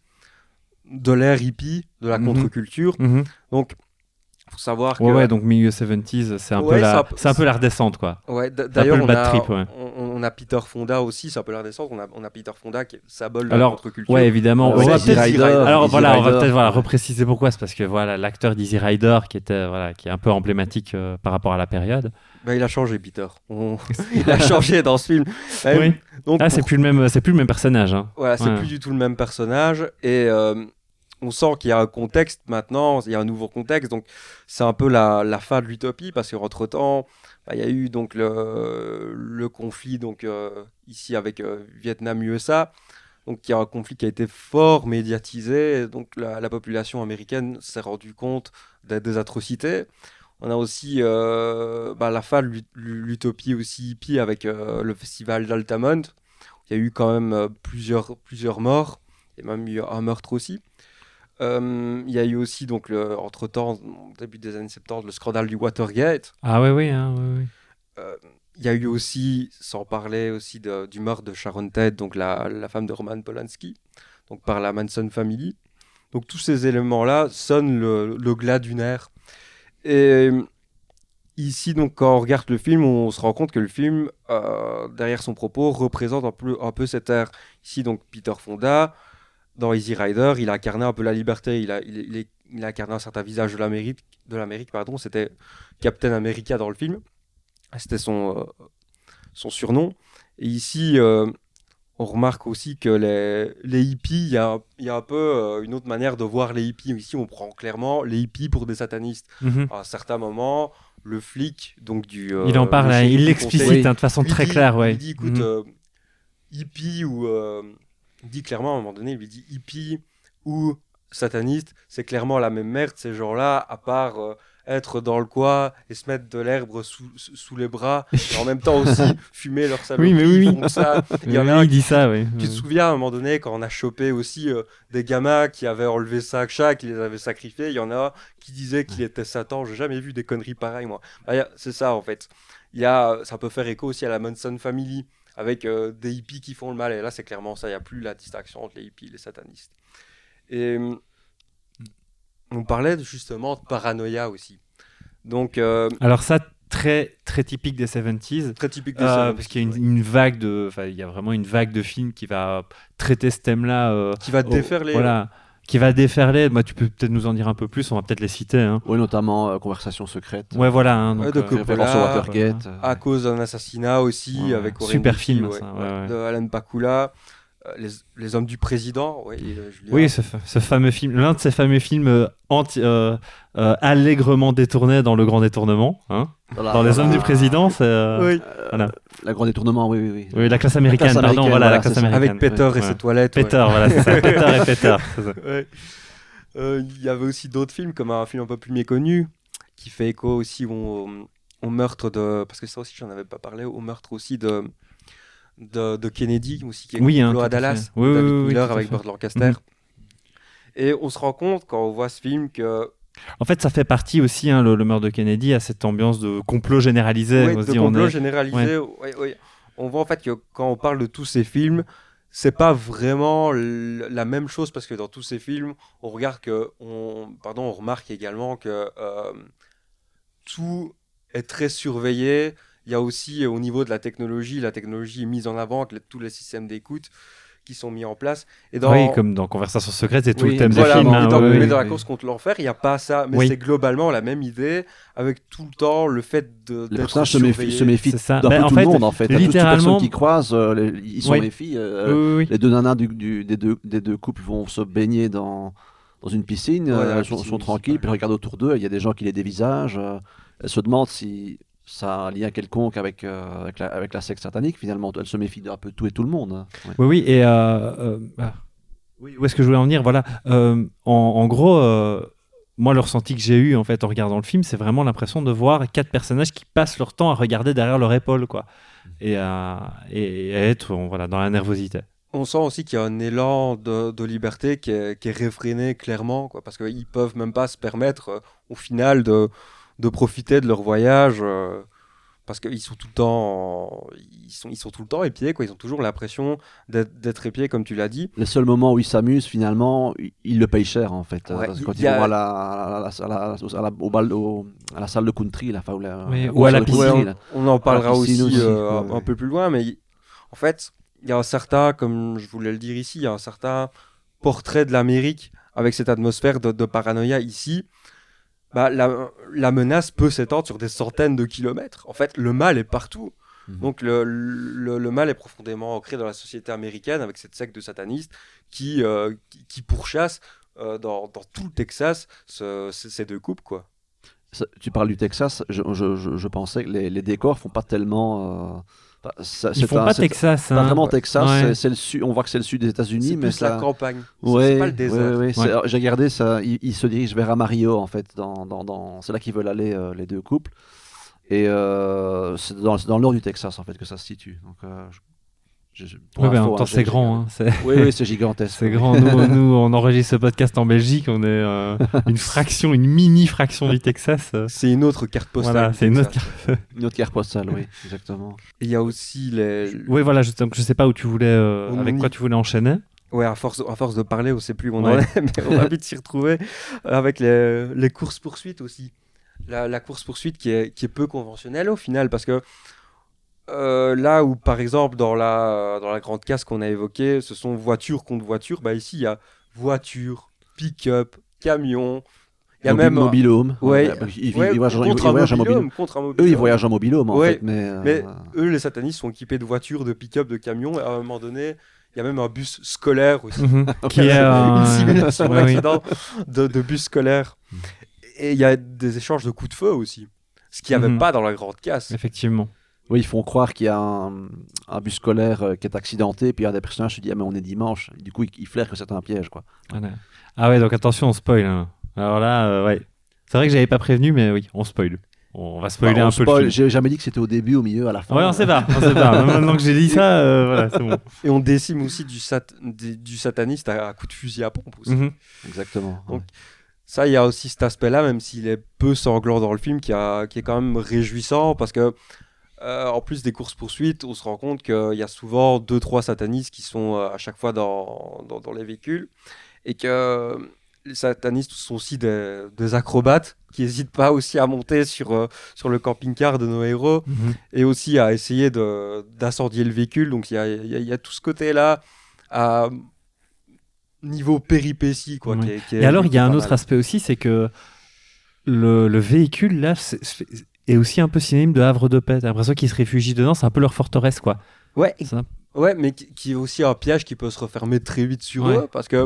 de l'ère hippie, de la Mhm. contre-culture. Mhm. Donc, faut savoir que, Ouais, ouais, donc milieu soixante-dix, c'est un, Ouais, peu, la, c'est un peu- c'est un peu la redescente, quoi. ouais, d- peu d'ailleurs, le on bad a, trip, ouais. on, on a Peter Fonda aussi, c'est un peu la descente. On a, on a Peter Fonda qui est symbole de Alors, la contre-culture. Ouais, évidemment. Avec on va Easy peut-être... Rider, Alors Easy voilà, on va Rider. peut-être voilà, repréciser pourquoi. C'est parce que voilà, l'acteur d'Easy Rider, qui, était, voilà, qui est un peu emblématique euh, par rapport à la période. Bah, il a changé, Peter. On- il a changé dans ce film. Euh, Oui. Donc, Ah, c'est pour- plus le même, c'est plus le même personnage. Hein. voilà, c'est Ouais. plus du tout le même personnage. Et euh, on sent qu'il y a un contexte maintenant, il y a un nouveau contexte. Donc, c'est un peu la, la fin de l'utopie parce qu'entre-temps, bah, il y a eu donc le, le conflit donc, euh, ici avec euh, Vietnam-U S A. Donc, il y a un conflit qui a été fort médiatisé. Donc, la, la population américaine s'est rendue compte des, des atrocités. On a aussi euh, bah, la fin de l'ut- l'utopie aussi hippie avec euh, le festival d'Altamont. Il y a eu quand même euh, plusieurs, plusieurs morts, et même eu un meurtre aussi. Euh, il y a eu aussi, donc, le, entre-temps, au début des années soixante-dix, le scandale du Watergate. Ah oui, oui, hein, oui, oui. Euh, il y a eu aussi, sans parler aussi de- du meurtre de Sharon Tate, donc la, la femme de Roman Polanski, donc par la Manson Family. Donc tous ces éléments-là sonnent le, le glas d'une ère. Et ici, donc, quand on regarde le film, on se rend compte que le film, euh, derrière son propos, représente un peu, un peu cette ère. Ici, donc, Peter Fonda, dans Easy Rider, il a incarné un peu la liberté. Il a, il, il, est- il a incarné un certain visage de l'Amérique. De l'Amérique, pardon. C'était Captain America dans le film. C'était son, euh, son surnom. Et ici, euh, on remarque aussi que les, les hippies, il y a, y a un peu euh, une autre manière de voir les hippies. Ici, on prend clairement les hippies pour des satanistes. Mhm. À un certain moment, le flic, donc du... euh, Il en parle, le hein, shérif il du l'explicite conseil, hein, de façon lui très dit- claire. Ouais. Il dit, écoute, Mhm. euh, hippie ou... euh, il dit clairement, à un moment donné, il lui dit hippie ou sataniste, c'est clairement la même merde, ces gens-là, à part euh, être dans le coin et se mettre de l'herbe sous, sous sous les bras, et en même temps aussi fumer leur saloperie, Oui, mais oui, ils oui. font ça. Il y en Oui, a un il qui- dit ça, oui. Tu te souviens à un moment donné quand on a chopé aussi euh, des gamins qui avaient enlevé ça chat, qui les avaient sacrifiés, il y en a un qui disait qu'il était Satan. J'ai jamais vu des conneries pareilles moi. Bah, y a- c'est ça en fait. Il y a, ça peut faire écho aussi à la Manson Family avec euh, des hippies qui font le mal. Et là c'est clairement ça. Il y a plus la distinction entre les hippies et les satanistes. Et hum, on parlait de- justement de paranoïa aussi. Donc euh, Alors ça, très, très typique des soixante-dix. très typique des Euh, soixante-dix, parce qu'il y a une, ouais. une vague de, enfin, il y a vraiment une vague de films qui va traiter ce thème-là, euh, Qui va au- déferler. voilà, qui va déferler. Moi, tu peux peut-être nous en dire un peu plus. On va peut-être les citer. Hein. Oui, notamment euh, Conversation secrète. Ouais, voilà. Hein, donc, Ouais, de euh, Coppola, Référence au Watergate. euh, À cause d'un assassinat aussi, Ouais, ouais. avec Warren Super Beatty, film, ouais, ça, ouais, ouais, ouais. de Alan Pakula, euh, les, les Hommes du Président, ouais, et, euh, Julien. Oui, ce, fa- ce fameux film, l'un de ces fameux films euh, anti, euh, euh, allègrement détournés dans Le Grand Détournement. Hein. dans la- Dans Les dans Hommes la- du Président, c'est euh, Oui, euh, Voilà. La Grand Détournement, oui, oui, oui. oui, la classe américaine. classe pardon, américaine, voilà, voilà, la classe c'est ça. américaine. avec Peter et ouais. ses toilettes. ouais. Peter, voilà, c'est ça. Peter et Peter. c'est ça. Ouais. Euh, Il y avait aussi d'autres films, comme un film un peu plus méconnu, qui fait écho aussi au, au meurtre de... Parce que ça aussi, j'en avais pas parlé, au meurtre aussi de, de, de Kennedy, aussi, qui est Oui, hein, complot tout à à Dallas, fait. Oui, de oui, David oui, oui, Miller tout à avec fait. Burt Lancaster. Mhm. Et on se rend compte, quand on voit ce film, que... En fait, ça fait partie aussi, hein, le, le meurtre de Kennedy, à cette ambiance de complot généralisé. Ouais, on se de dit, on complot est- généralisé. ouais, ouais. On voit en fait que quand on parle de tous ces films, c'est pas vraiment l- la même chose parce que dans tous ces films, on regarde que, on, pardon, on remarque également que euh, tout est très surveillé. Il y a aussi euh, au niveau de la technologie, la technologie est mise en avant, avec les- tous les systèmes d'écoute qui sont mis en place. Et dans, Oui, comme dans Conversation secrète, c'est tout Oui, le thème voilà, des films. mais hein, dans, oui, mais oui. dans la oui. course contre l'enfer, il n'y a pas ça. Mais Oui. c'est globalement la même idée, avec tout le temps le fait de, Les d'être personnages se méfient, surveillés. se méfient C'est ça. d'un Ben, peu en tout fait, le monde, en fait. À toutes les littéralement- personnes qui croisent, euh, les- ils s'en Oui. méfient. Oui, euh, oui, oui. Les deux nanas du, du- des, deux, des deux couples vont se baigner dans, dans une piscine, Ouais, dans euh, la elles sont, piscine sont tranquilles, municipale. puis elles regardent autour d'eux, il y a des gens qui les dévisagent. euh, elles se demandent si ça a un lien quelconque avec, euh, avec, la, avec la secte satanique. Finalement, elles se méfient d'un peu tout et tout le monde. hein. Ouais. Oui, oui, et euh, euh, ah. oui, où est-ce que je voulais en venir? Voilà, Euh, en, en gros, euh, moi, le ressenti que j'ai eu en fait en regardant le film, c'est vraiment l'impression de voir quatre personnages qui passent leur temps à regarder derrière leur épaule, quoi, et à, et à être, euh, voilà, dans la nervosité. On sent aussi qu'il y a un élan de, de liberté qui est, qui est réfréné clairement, quoi, parce qu'ils peuvent même pas se permettre, euh, au final, de, de profiter de leur voyage, euh, parce qu'ils sont tout le temps, en- ils sont, ils sont tout le temps épiés, quoi. Ils ont toujours l'impression d'être, d'être épiés, comme tu l'as dit. Les seuls moments où ils s'amusent, finalement, ils, ils le payent cher, en fait. Ouais, euh, parce que il quand y ils a- vont à la, à la, à la, à la- au bal- au- à la salle de country, là, enfin, ou, la- Oui, la ou à la salle de piscine. country, Ouais, là. on, on en parlera piscine aussi, aussi, euh, un, ouais, un ouais. peu plus loin, mais il- en fait, il y a un certain, comme je voulais le dire ici, il y a un certain portrait de l'Amérique avec cette atmosphère de, de paranoïa ici. Bah, la, la menace peut s'étendre sur des centaines de kilomètres. En fait, le mal est partout. Mhm. Donc le, le, le mal est profondément ancré dans la société américaine avec cette secte de satanistes qui, euh, qui, qui pourchasse euh, dans, dans tout le Texas ce- ce- ces deux couples, quoi. Ça- tu parles du Texas, je, je, je, je pensais que les, les décors font pas tellement. euh, enfin, ça- Ils c'est font un- pas c'est Texas, Pas hein. vraiment Texas, Ouais. c'est- c'est le sud, on voit que c'est le sud des États-Unis, C'est mais plus ça. la campagne. C'est- Ouais, c'est pas le ouais, désert. ouais, ouais, c'est- Ouais. alors, j'ai regardé ça, ils, ils se dirigent vers Amarillo en fait, dans, dans, dans- c'est là qu'ils veulent aller euh, les deux couples, et euh, c'est dans, c'est dans le nord du Texas en fait que ça se situe. Donc, euh, je- je- pour Ouais, ben, en info, même temps, hein, c'est j'ai- grand. Hein. C'est Oui, oui, c'est gigantesque. c'est grand. Nous, nous, on enregistre ce podcast en Belgique. On est euh, une fraction, une mini fraction du Texas. euh. C'est une autre carte postale. Voilà, du c'est une autre Texas. Une autre carte postale, oui, exactement. Et il y a aussi les. Oui, voilà. Je, donc, je sais pas où tu voulais, euh, On avec y- quoi tu voulais enchaîner. Ouais, à force, à force de parler, on sait plus où on Ouais. en est, mais on va vite s'y retrouver avec les, les courses-poursuites aussi. La, la course-poursuite qui est, qui est peu conventionnelle au final, parce que euh, là où, par exemple, dans la, dans la grande casse qu'on a évoquée, ce sont voiture contre voiture, bah ici, il y a voiture, pick-up, camion. Il y a Mobi- même... mobilhome. Ouais, Euh, ils, ils- ouais, ils voyagent, en- contre ils un voyagent en mobilhome, mobilhome. contre un Eux, mobilhome. ils voyagent en mobilhome, en Ouais, fait. Mais, euh, Mais eux, les satanistes, sont équipés de voitures, de pick-up, de camions. Et à un moment donné, il y a même un bus scolaire aussi. Mhm. Qui est Une euh, simulation ouais, oui. d'accident de, de bus scolaire. Et il y a des échanges de coups de feu aussi. Ce qu'il n'y avait Mhm. pas dans la grande casse. Effectivement. oui, ils font croire qu'il y a un, un bus scolaire euh, qui est accidenté, puis il y a des personnages qui disent ah, mais on est dimanche. Et du coup, ils, ils flairent que c'est un piège, quoi. Voilà. Ah ouais, donc attention, on spoil. hein. Alors là, euh, ouais. C'est vrai que j'avais pas prévenu, mais oui, on spoil. On va spoiler Bah, on un peu spoil. le film. J'ai jamais dit que c'était au début, au milieu, à la fin. Ouais, on sait pas, on sait pas. Même Maintenant que j'ai dit ça, euh, voilà, c'est bon. Et on décime aussi du, sat- des- du sataniste à, à coups de fusil à pompe aussi. Mhm. Exactement. Donc, Ça, il y a aussi cet aspect-là, même s'il est peu sanglant dans le film, qui, a, qui est quand même réjouissant, parce que euh, en plus des courses-poursuites, on se rend compte qu'il y a souvent deux, trois satanistes qui sont euh, à chaque fois dans, dans, dans les véhicules, et que euh, les satanistes sont aussi des, des acrobates qui n'hésitent pas aussi à monter sur, euh, sur le camping-car de nos héros, Mhm. et aussi à essayer de, d'incendier le véhicule. Donc il y a, il y a- il y a tout ce côté-là à niveau péripétie, quoi. Oui. Qui est- qui est- Et alors, il qui y est a un pas autre mal. aspect aussi, c'est que le, le véhicule, là, c'est- c'est- est aussi un peu synonyme de havre de paix. T'as l'impression qu'ils se réfugient dedans, c'est un peu leur forteresse, quoi. Ouais, Ça. ouais, mais qui, qui est aussi un piège qui peut se refermer très vite sur Ouais. eux, parce que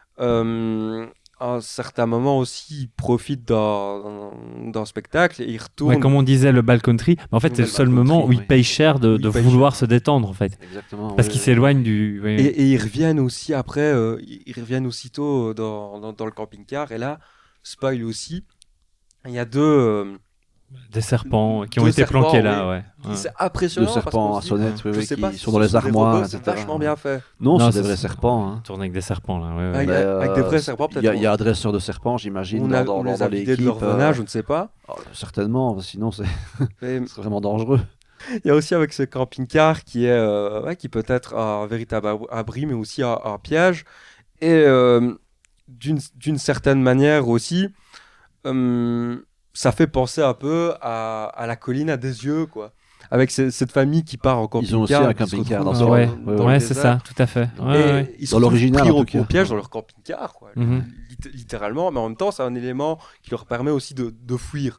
euh, à un certain moment aussi, ils profitent d'un, d'un spectacle et ils retournent. Ouais, comme on disait, le ball country, mais en fait, Oui, c'est le le seul ball moment country, où ils oui. payent cher de, Où de ils payent vouloir se détendre, en fait. Exactement. Parce oui, qu'ils oui. s'éloignent du... oui. Et, et ils reviennent aussi après, euh, ils ils reviennent aussitôt dans, dans, dans le camping-car. Et là, spoil aussi, il y a deux. euh, Des serpents qui ont Deux été serpents, planqués oui. là, ouais. Ouais. C'est impressionnant. Deux parce serpents qu'on à se dit, sonnette, oui, je oui, sais qui pas si sont dans les ce des armoires, robots, et c'est cetera. vachement bien fait. Non, Non, c'est ça, des vrais c'est- serpents. hein. Ils tournent avec des serpents, là, ouais, ouais. Ah, il y Mais, a- avec des vrais euh, serpents, peut-être. Il y a, on- il y a un dresseur de serpents, j'imagine, on, dans, a, dans, on dans, les a dans vidés de l'équipe. leur euh, venin, je ne sais pas. oh, certainement, sinon c'est Mais c'est vraiment dangereux. il y a aussi avec ce camping-car qui, est, euh, ouais, qui peut être un véritable ab- abri, mais aussi un, un piège. Et euh, d'une, d'une certaine manière aussi, euh, ça fait penser un peu à, à la colline à des yeux, quoi. Avec ce- cette famille qui part en camping-car. Ils ont aussi un qui se camping-car retrouve dans Ah ce- ouais, dans ouais, le ouais, c'est désert. ça, tout à fait. Et Ouais, ouais. ils se Dans retrouvent l'original, pris en au, tout cas. au piège dans leur camping-car, quoi. Mhm. Lit- littéralement, mais en même temps, c'est un élément qui leur permet aussi de, de fuir.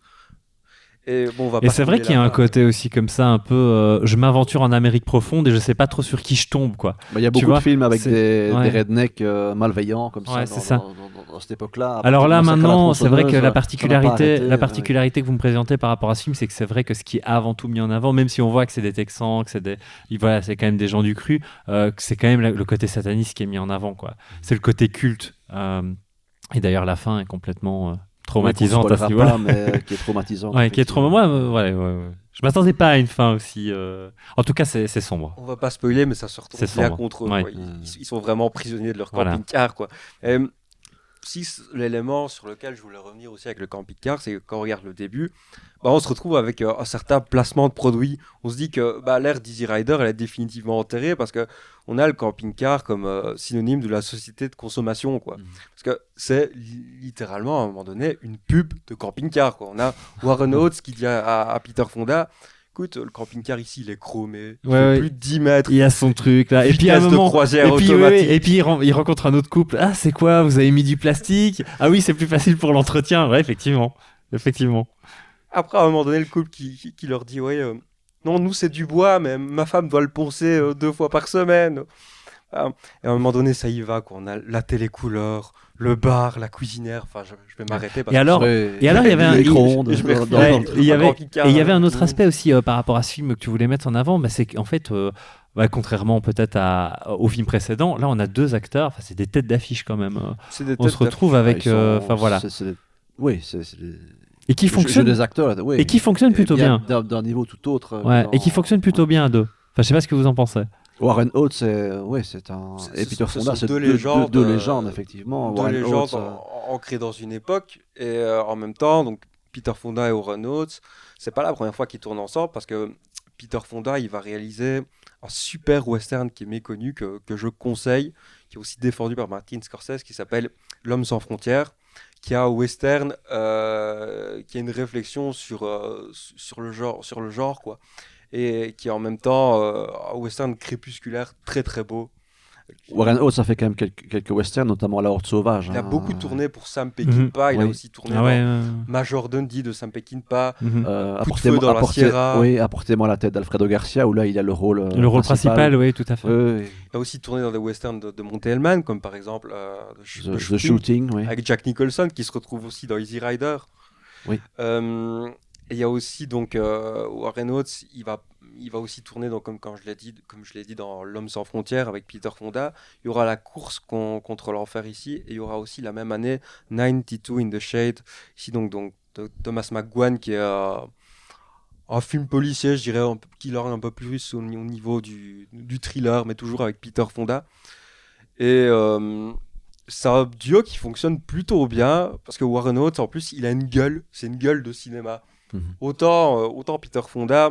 Et, bon, on va Et pas c'est vrai spoiler qu'il y a un là-bas, côté aussi comme ça, un peu. euh, je m'aventure en Amérique profonde et je sais pas trop sur qui je tombe, quoi. Bah, il y a Tu beaucoup vois, de films avec c'est- des, ouais. des rednecks euh, malveillants comme ça, Ouais, dans, c'est ça. dans- dans- dans- dans cette époque-là. À Alors partir là du massacre à la maintenant, c'est vrai que tronçonneuse, la ça va pas particularité, arrêter, la euh, particularité que vous me présentez par rapport à ce film, c'est que c'est vrai que ce qui est avant tout mis en avant, même si on voit que c'est des Texans, que c'est des, ils- voilà, c'est quand même des gens du cru, euh, que c'est quand même la- le côté sataniste qui est mis en avant, quoi. C'est le côté culte. euh, et d'ailleurs, la fin est complètement euh, traumatisante qu'on à ce spoilera niveau-là. pas, mais euh, qui est traumatisante. Ouais, qui est trop. effectivement. Moi, euh, ouais, ouais, ouais. Je m'attendais pas à une fin aussi. euh, En tout cas, c'est c'est sombre. On va pas spoiler, mais ça se retourne C'est bien sombre. contre eux. Ouais. quoi. Ils, Mm. ils- ils sont vraiment prisonniers de leur Voilà. camping-car, quoi. Et, si c- l'élément sur lequel je voulais revenir aussi avec le camping-car, c'est que quand on regarde le début, bah, on se retrouve avec euh, un certain placement de produits. On se dit que bah, l'ère d'Easy Rider, elle est définitivement enterrée parce que on a le camping-car comme euh, synonyme de la société de consommation, quoi. Mhm. Parce que c'est li- littéralement à un moment donné une pub de camping-car, quoi. On a Warren Oates qui dit à, à- à Peter Fonda, écoute, le camping-car ici, il est chromé, il Ouais, fait ouais. plus de dix mètres. Il y a son truc là. Et puis à un Vitesse de moment. croisière Et puis, automatique. ouais, et puis il, ren- il rencontre un autre couple. Ah, c'est quoi? Vous avez mis du plastique? Ah oui, c'est plus facile pour l'entretien. Ouais, effectivement. Effectivement. Après, à un moment donné, le couple qui, qui, qui leur dit, ouais, euh, non, nous c'est du bois, mais ma femme doit le poncer euh, deux fois par semaine. Ah, et à un moment donné, ça y va, quoi. On a la télécouleur, le bar, la cuisinière. Enfin, je, je vais m'arrêter parce Et alors, Ouais. et alors, il y avait un- Les micro-ondes, je vais dans- revenir dans- Ouais, dans dans- le- il y dans le avait, camping-car, et il y avait un euh, autre aspect aussi euh, par rapport à ce film que tu voulais mettre en avant, bah, c'est qu'en fait, euh, bah, contrairement peut-être à- au film précédent, là on a deux acteurs, enfin, c'est des têtes d'affiche quand même. euh, C'est des on se têtes retrouve Ah, avec, ils sont- euh, enfin voilà, c'est- c'est des- Oui, c'est c'est des... et qui jeux- fonctionnent, jeux des acteurs. là, oui. et qui fonctionnent plutôt Et bien bien. D'un d'un niveau tout autre. euh, Ouais, dans- et qui fonctionnent plutôt bien à deux. Enfin, je sais pas ce que vous en pensez. Warren Oates, c'est ouais, c'est un. Ce- Et ce- Peter ce Fonda, sont c'est deux deux, deux- légendes, deux euh, légendes, effectivement. Deux Warren légendes Oates, euh, en- ancrées dans une époque et euh, en même temps, donc Peter Fonda et Warren Oates, c'est pas la première fois qu'ils tournent ensemble parce que Peter Fonda, il va réaliser un super western qui est méconnu que, que je conseille, qui est aussi défendu par Martin Scorsese, qui s'appelle L'Homme sans frontières, qui a un western euh, qui a une réflexion sur euh, sur le genre sur le genre quoi, et qui est en même temps euh, un western crépusculaire très très beau Warren Oates a fait quand même quelques, quelques westerns, notamment La Horde Sauvage. Il a hein. beaucoup tourné pour Sam Peckinpah, Mhm. il a Oui. aussi tourné Ah dans ouais. euh, Major Dundee de Sam Peckinpah, mhm. Euh, Coup de apportez-moi- feu dans la apportez- Sierra. Oui, apportez-moi la tête d'Alfredo Garcia, où là il a le rôle. euh, Le rôle principal, oui, tout à fait. Oui, oui. il a aussi tourné dans des westerns de, de Monte Hellman, comme par exemple euh, The, Sh- The, The The Shooting, Shooting, oui. avec Jack Nicholson, qui se retrouve aussi dans Easy Rider. Oui. Euh, et il y a aussi donc euh, Warren Oates, il va, il va aussi tourner donc, comme, quand je l'ai dit, comme je l'ai dit dans L'Homme sans frontières avec Peter Fonda. Il y aura La course con- contre l'enfer ici, et il y aura aussi la même année quatre-vingt-deux in the Shade. Ici donc, donc de Thomas McGowan, qui est euh, un film policier, je dirais, un peu- qui leur est un peu plus au, au niveau du, du thriller, mais toujours avec Peter Fonda. Et euh, c'est un duo qui fonctionne plutôt bien, parce que Warren Oates, en plus, il a une gueule, c'est une gueule de cinéma. Mhm. Autant, euh, autant Peter Fonda,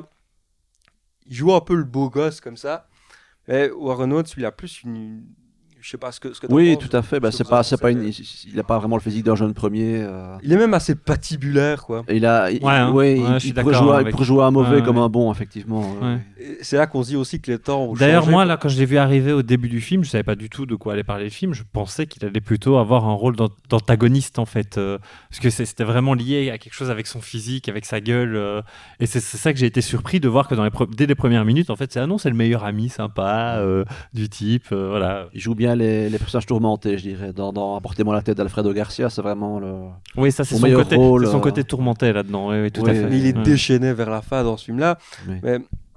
il joue un peu le beau gosse comme ça, mais Warren Oates, lui, il a plus une... Je sais pas ce que, ce que t'en Oui, penses, tout à fait. Bah, ce que c'est vous pas, en c'est pas pensez. une, il n'a pas vraiment le physique d'un jeune premier. euh. Il est même assez patibulaire, quoi. Et il a, il, Ouais, hein. ouais, Ouais, il, je suis il pourrait d'accord jouer, avec- il pourrait jouer un mauvais Ouais, comme ouais. un bon, effectivement. ouais, Ouais. ouais. Et c'est là qu'on se dit aussi que les temps ont D'ailleurs, changé, moi, quoi. là, quand je l'ai vu arriver au début du film, je savais pas du tout de quoi allait parler le film. Je pensais qu'il allait plutôt avoir un rôle d'an- d'antagoniste, en fait. euh, parce que c'est- c'était vraiment lié à quelque chose avec son physique, avec sa gueule. euh, et c'est c'est ça que j'ai été surpris de voir que dans les pre- dès les premières minutes, en fait, c'est ah non, c'est le meilleur ami sympa euh, du type. euh, voilà. Il joue bien les, les personnages tourmentés, je dirais. Dans, dans Apportez-moi la tête d'Alfredo Garcia, c'est vraiment le. Oui, ça, c'est Son son, meilleur côté, rôle, c'est son euh, côté tourmenté là-dedans. Oui, oui, tout à Oui, fait. Mais il est Ouais. déchaîné vers la fin dans ce film-là. Oui. Mais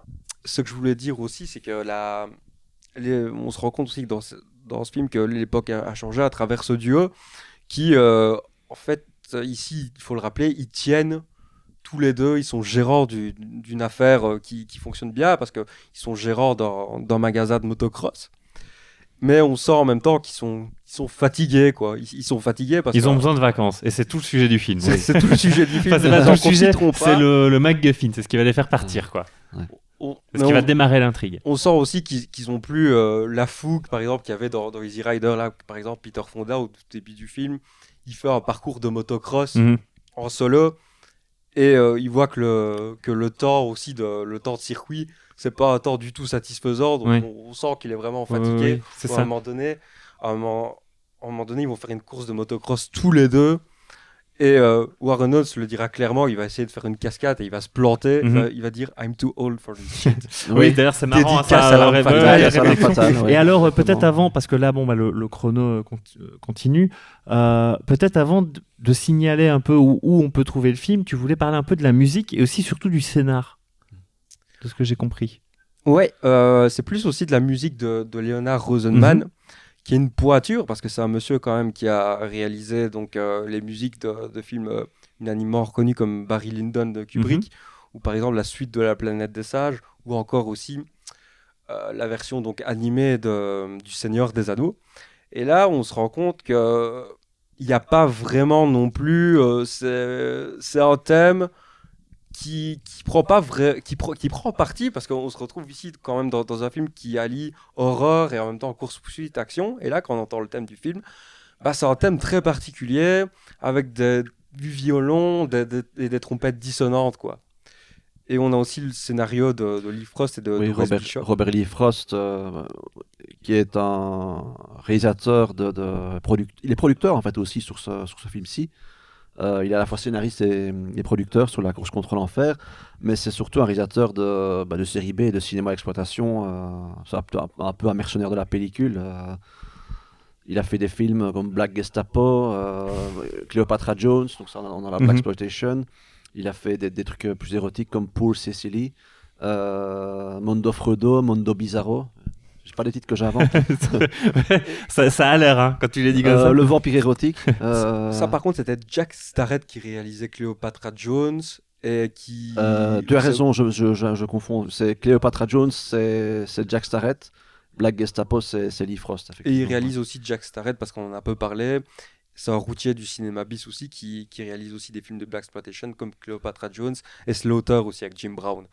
ce que je voulais dire aussi, c'est que la... les- on se rend compte aussi que dans ce, dans ce film que l'époque a, a changé à travers ce duo qui, euh, en fait, ici, il faut le rappeler, ils tiennent tous les deux, ils sont gérants du- d'une affaire euh, qui, qui fonctionne bien parce qu'ils sont gérants d'un d'un magasin de motocross. Mais on sent en même temps qu'ils sont, ils sont fatigués, quoi. Ils, ils sont fatigués parce Ils que ont besoin de vacances. Et c'est tout le sujet du film. c'est oui. c'est tout le sujet du film. Enfin, c'est Les pas tout gens le sujet, s'y trompent c'est pas. le, le MacGuffin. C'est ce qui va les faire partir, quoi. On- C'est ce mais qui va on- démarrer l'intrigue. On sent aussi qu'ils qu'ils ont plus euh, la fougue, par exemple, qu'il y avait dans, dans Easy Rider, là, par exemple, Peter Fonda, au tout début du film, il fait un parcours de motocross Mhm. en solo, et euh, il voit que le, que le temps aussi, de, le temps de circuit, c'est pas un temps du tout satisfaisant, donc Oui. on, on sent qu'il est vraiment Oui, fatigué. oui, c'est Donc, à ça. un moment donné, à un moment, à un moment donné, ils vont faire une course de motocross tous les deux. Et euh, Warren Oates le dira clairement, il va essayer de faire une cascade et il va se planter. il, Mhm. va, il va dire I'm too old for this shit. Oui, d'ailleurs, c'est marrant. hein, Dédicace ça, à l'arme euh, fatale. ouais, Dédicace à l'arme réflexion. fatale, ouais. Et alors, euh, Exactement. peut-être avant, parce que là, bon, bah, le, le chrono euh, cont- euh, continue, euh, peut-être avant de, de signaler un peu où, où on peut trouver le film, tu voulais parler un peu de la musique et aussi surtout du scénar, de ce que j'ai compris. Ouais, euh, c'est plus aussi de la musique de, de Leonard Rosenman, Mhm. qui est une pointure, parce que c'est un monsieur quand même qui a réalisé donc, euh, les musiques de, de films euh, unanimement reconnus comme Barry Lyndon de Kubrick, ou par exemple La Suite de la Planète des Sages, ou encore aussi euh, la version donc, animée de, du Seigneur des Anneaux. Et là, on se rend compte que il n'y a pas vraiment non plus... euh, c'est, c'est un thème qui, qui prend pas vrai, qui, pro- qui prend parti parce qu'on se retrouve ici quand même dans, dans un film qui allie horreur et en même temps course poursuite action, et là quand on entend le thème du film, bah, c'est un thème très particulier avec des, du violon des, des, et des trompettes dissonantes, quoi. Et on a aussi le scénario de, de Lee Frost et de, Oui, de Wes Robert, Bishop. Robert Lee Frost, euh, qui est un réalisateur de, de product... il est producteur en fait aussi sur ce, sur ce film-ci. Euh, il est à la fois scénariste et, et producteur sur La course contre l'enfer, mais c'est surtout un réalisateur de, bah, de série B et de cinéma d'exploitation. Euh, c'est un, peu- un peu un mercenaire de la pellicule. euh. Il a fait des films comme Black Gestapo, euh, Cleopatra Jones, donc ça on a la Mhm. Black Exploitation. Il a fait des, des trucs plus érotiques comme Poor Cecily, euh, Mondo Frodo, Mondo Bizarro. C'est pas des titres que j'invente. ça, ça a l'air, hein, quand tu l'as dit comme Euh, ça. le vampire érotique. euh, Ça par contre c'était Jack Starrett qui réalisait Cleopatra Jones et qui... euh, tu as c'est- raison, je, je, je, je confonds. C'est Cleopatra Jones, c'est c'est Jack Starrett. Black Gestapo, c'est c'est Lee Frost. Et il effectivement. réalise aussi Jack Starrett parce qu'on en a un peu parlé. C'est un routier du cinéma bis aussi qui, qui réalise aussi des films de Black Exploitation comme Cleopatra Jones et Slaughter aussi avec Jim Brown.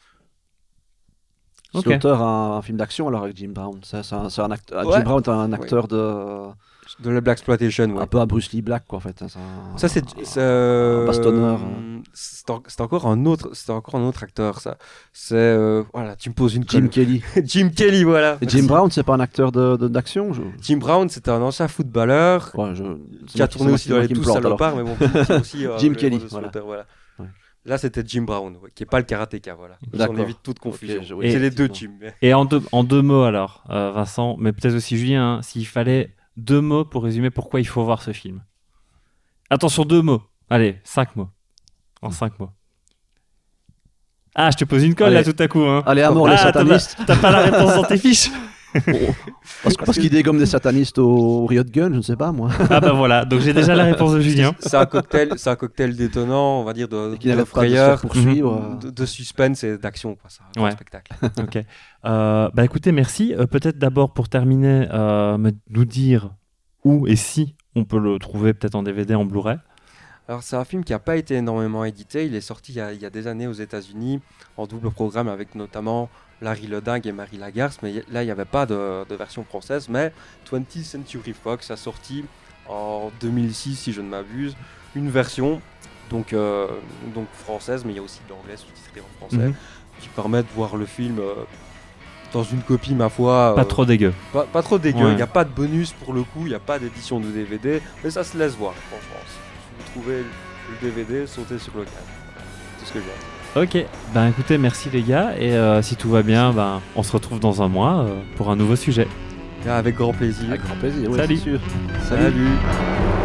Ok. Slaughter a un, un film d'action alors avec Jim Brown. Ça, c'est un, c'est un acte- Ouais. Jim Brown est un acteur de, De la Blaxploitation, ouais. Un peu à Bruce Lee Black, quoi, en fait. hein, Ça, Ça, c'est. c'est, euh, un bastonneur, hein. C'est en- c'est encore un autre, c'est encore un autre acteur, ça. C'est. euh, Voilà, tu me poses une Jim colle. Kelly. Jim Kelly, voilà. Et Jim Merci. Brown, c'est pas un acteur de, de- d'action je... Jim Brown, c'était un ancien footballeur Ouais, je... c'est qui moi a qui- tourné c'est moi aussi qui- dans moi les qui me Tous plante, alors. salopards, mais bon, c'est aussi. euh, Jim le Kelly, héros de voilà. Slaughter, voilà. Ouais. Là, c'était Jim Brown, ouais, qui est pas le karatéka, voilà. On D'accord. évite toute confusion. Ok, je- oui, c'est les deux effectivement. Jim. Et en deux, en deux mots alors, euh, Vincent, mais peut-être aussi Julien, hein, s'il fallait deux mots pour résumer pourquoi il faut voir ce film. Attention, deux mots. Allez, cinq mots. En cinq mots. Ah, je te pose une colle Allez. là tout à coup. Hein. Allez, à mort, les Ah, t'as satanistes. pas- T'as pas la réponse dans tes fiches. Parce, parce qu'ils dégomment des satanistes au Riot Gun, je ne sais pas, moi. Ah bah voilà, donc j'ai déjà la réponse de Julien. C'est un cocktail, c'est un cocktail détonnant, on va dire, de, Qui de n'arrête pas de se frayeur, faire poursuivre. de, de suspense et d'action, quoi. C'est un grand Ouais. spectacle. Ok. Euh, bah écoutez, merci. Euh, peut-être d'abord pour terminer, euh, me- nous dire où et si on peut le trouver peut-être en D V D, en Blu-ray. Alors, c'est un film qui n'a pas été énormément édité. Il est sorti il y a, il y a des années aux États-Unis en double programme avec notamment Larry Ledingue et Marie Lagarce. Mais y- là, il n'y avait pas de, de version française. Mais twentieth Century Fox a sorti en deux mille six, si je ne m'abuse, une version donc, euh, donc française, mais il y a aussi de l'anglais sous-titré en français, Mhm. qui permet de voir le film euh, dans une copie, ma foi. Pas euh, trop dégueu. Pas, pas trop dégueu, il Ouais. n'y a pas de bonus pour le coup, il n'y a pas d'édition de D V D, mais ça se laisse voir, franchement. Si vous trouvez le D V D, sautez sur le cadre. Voilà, tout ce que j'ai. Ok, ben écoutez, merci les gars. Et euh, si tout va bien, ben, on se retrouve dans un mois euh, pour un nouveau sujet. Avec grand plaisir. Avec grand plaisir, oui, Salut. c'est sûr. Salut.